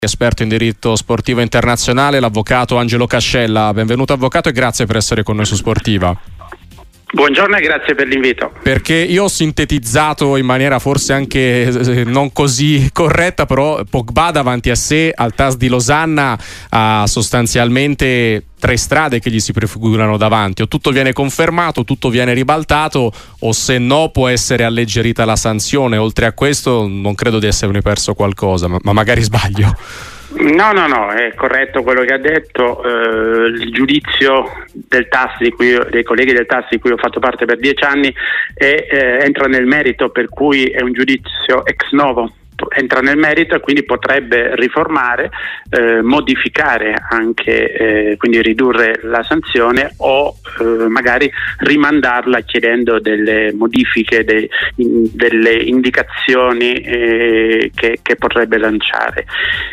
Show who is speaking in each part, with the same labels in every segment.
Speaker 1: Esperto in diritto sportivo internazionale, l'avvocato Angelo Cascella. Benvenuto avvocato e grazie per essere con noi su Sportiva.
Speaker 2: Buongiorno e grazie per l'invito.
Speaker 1: Perché io ho sintetizzato in maniera forse anche non così corretta, però Pogba davanti a sé al TAS di Losanna ha sostanzialmente tre strade che gli si prefigurano davanti: o tutto viene confermato, tutto viene ribaltato, o se no può essere alleggerita la sanzione. Oltre a questo non credo di essermi perso qualcosa, ma magari sbaglio.
Speaker 2: No, è corretto quello che ha detto. Il giudizio del TAS dei colleghi del TAS di cui ho fatto parte per 10 anni entra nel merito, per cui è un giudizio ex novo. Entra nel merito e quindi potrebbe riformare, modificare anche, quindi ridurre la sanzione o magari rimandarla chiedendo delle modifiche, delle indicazioni che potrebbe lanciare.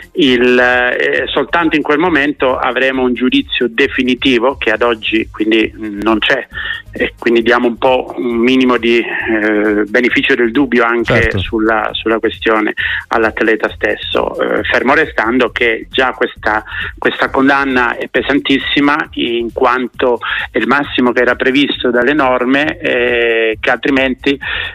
Speaker 2: Soltanto in quel momento avremo un giudizio definitivo che ad oggi quindi non c'è, e quindi diamo un minimo di beneficio del dubbio anche
Speaker 1: certo.
Speaker 2: sulla questione all'atleta stesso, fermo restando che già questa condanna è pesantissima, in quanto è il massimo che era previsto dalle norme, che altrimenti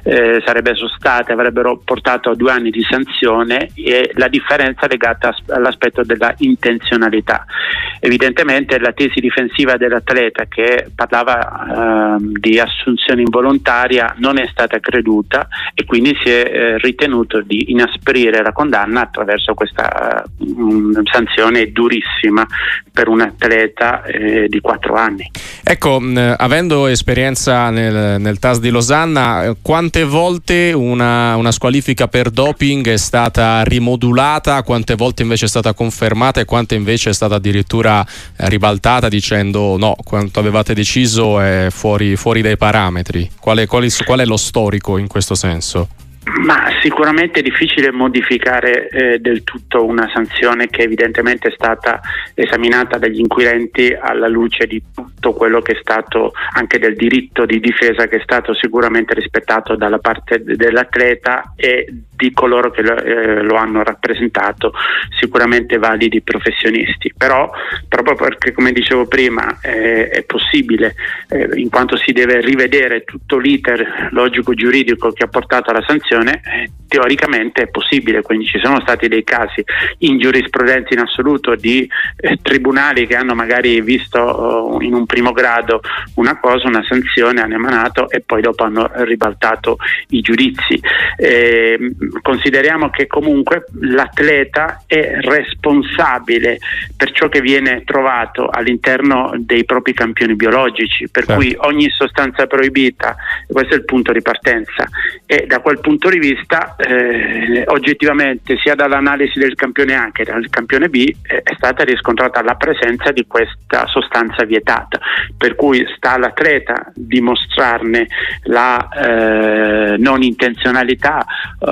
Speaker 2: avrebbero portato a 2 anni di sanzione, e la differenza legata all'aspetto della intenzionalità. Evidentemente la tesi difensiva dell'atleta, che parlava di assunzione involontaria, non è stata creduta, e quindi si è ritenuto di inasprire la condanna attraverso questa sanzione durissima per un atleta di 4 anni.
Speaker 1: Ecco, avendo esperienza nel TAS di Losanna, quante volte una squalifica per doping è stata rimodulata, quante volte invece è stata confermata e quante invece è stata addirittura ribaltata dicendo no, quanto avevate deciso è fuori dai parametri? Qual è lo storico in questo senso?
Speaker 2: Ma sicuramente è difficile modificare del tutto una sanzione che evidentemente è stata esaminata dagli inquirenti alla luce di tutto quello che è stato, anche del diritto di difesa che è stato sicuramente rispettato dalla parte dell'atleta e di coloro che lo hanno rappresentato, sicuramente validi professionisti. Però proprio perché, come dicevo prima, è possibile, in quanto si deve rivedere tutto l'iter logico-giuridico che ha portato alla sanzione, teoricamente è possibile. Quindi ci sono stati dei casi in giurisprudenza in assoluto di tribunali che hanno magari visto in un primo grado una sanzione, hanno emanato e poi dopo hanno ribaltato i giudizi. Consideriamo che comunque l'atleta è responsabile per ciò che viene trovato all'interno dei propri campioni biologici, per cui ogni sostanza proibita, questo è il punto di partenza, e da quel punto di vista oggettivamente, sia dall'analisi del campione A che dal campione B, è stata riscontrata la presenza di questa sostanza vietata, per cui sta all'atleta dimostrarne la non intenzionalità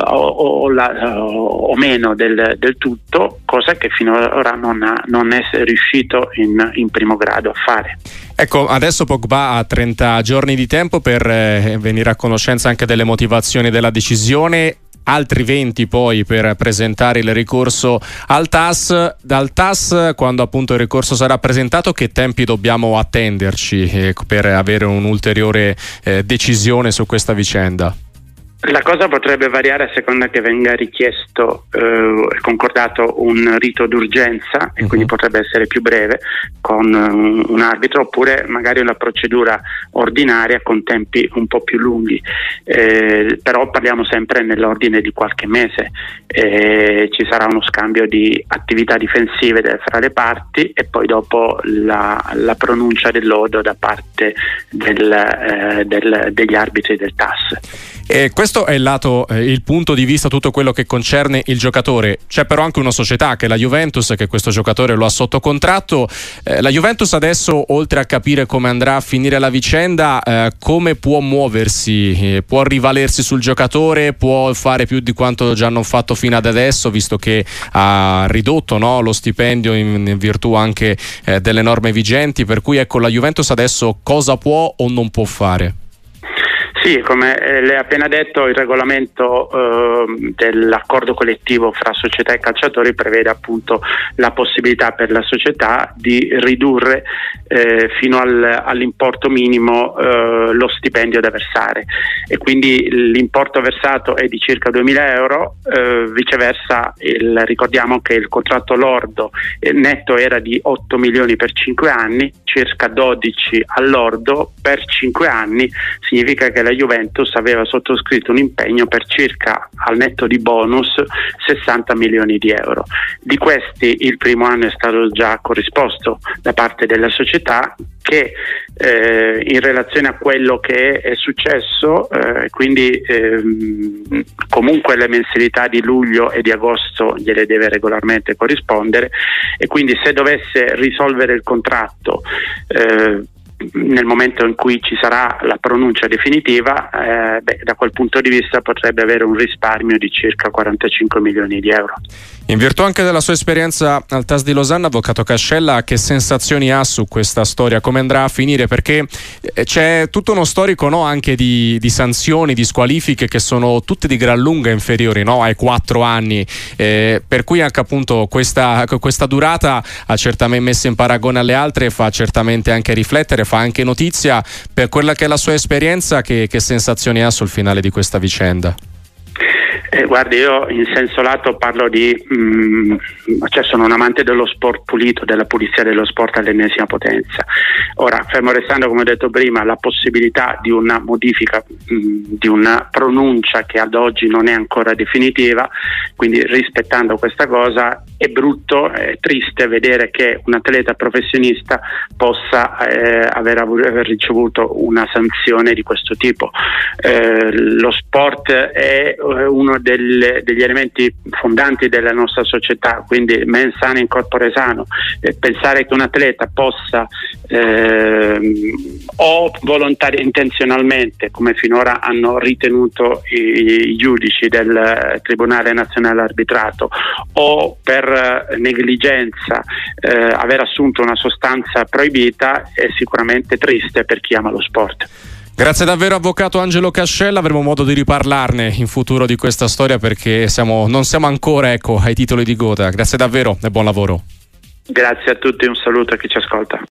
Speaker 2: o meno del tutto, cosa che finora non è riuscito in primo grado a fare.
Speaker 1: Ecco, adesso Pogba ha 30 giorni di tempo per venire a conoscenza anche delle motivazioni della decisione, altri 20 poi per presentare il ricorso al TAS. Dal TAS, quando appunto il ricorso sarà presentato, che tempi dobbiamo attenderci per avere un'ulteriore decisione su questa vicenda?
Speaker 2: La cosa potrebbe variare a seconda che venga richiesto e concordato un rito d'urgenza, e quindi potrebbe essere più breve con un arbitro, oppure magari una procedura ordinaria con tempi un po' più lunghi, però parliamo sempre nell'ordine di qualche mese. Ci sarà uno scambio di attività difensive fra le parti e poi dopo la pronuncia del lodo da parte degli arbitri del TAS.
Speaker 1: Questo è il punto di vista, tutto quello che concerne il giocatore. C'è però anche una società, che è la Juventus, che questo giocatore lo ha sotto contratto. La Juventus adesso, oltre a capire come andrà a finire la vicenda, come può muoversi? Può rivalersi sul giocatore? Può fare più di quanto già hanno fatto fino ad adesso, visto che ha ridotto lo stipendio in virtù anche delle norme vigenti? Per cui ecco, la Juventus adesso cosa può o non può fare?
Speaker 2: Sì, come lei ha appena detto, il regolamento dell'accordo collettivo fra società e calciatori prevede appunto la possibilità per la società di ridurre fino all'importo minimo lo stipendio da versare, e quindi l'importo versato è di circa 2.000 euro, viceversa ricordiamo che il contratto lordo netto era di 8 milioni per 5 anni, circa 12 all'ordo per 5 anni, significa che la Juventus aveva sottoscritto un impegno per circa, al netto di bonus, 60 milioni di euro. Di questi il primo anno è stato già corrisposto da parte della società, che in relazione a quello che è successo, quindi comunque le mensilità di luglio e di agosto gliele deve regolarmente corrispondere, e quindi se dovesse risolvere il contratto nel momento in cui ci sarà la pronuncia definitiva, da quel punto di vista potrebbe avere un risparmio di circa 45 milioni di euro.
Speaker 1: In virtù anche della sua esperienza al TAS di Losanna, avvocato Cascella, che sensazioni ha su questa storia? Come andrà a finire? Perché c'è tutto uno storico, no, anche di sanzioni, di squalifiche che sono tutte di gran lunga inferiori, no, ai 4 anni, per cui anche appunto questa durata ha certamente messa in paragone alle altre, fa certamente anche riflettere, fa anche notizia. Per quella che è la sua esperienza, che sensazioni ha sul finale di questa vicenda?
Speaker 2: Guardi, io in senso lato parlo sono un amante dello sport pulito, della pulizia dello sport all'ennesima potenza. Ora, fermo restando, come ho detto prima, la possibilità di una modifica, di una pronuncia che ad oggi non è ancora definitiva, quindi rispettando questa cosa, è brutto, è triste vedere che un atleta professionista possa aver ricevuto una sanzione di questo tipo. Lo sport è uno degli elementi fondanti della nostra società, quindi mens sana in corpore sano. Pensare che un atleta possa o intenzionalmente, come finora hanno ritenuto i giudici del Tribunale Nazionale Arbitrato, o per negligenza aver assunto una sostanza proibita, è sicuramente triste per chi ama lo sport.
Speaker 1: Grazie davvero, avvocato Angelo Cascella. Avremo modo di riparlarne in futuro di questa storia, perché non siamo ancora ai titoli di coda. Grazie davvero e buon lavoro.
Speaker 2: Grazie a tutti, un saluto a chi ci ascolta.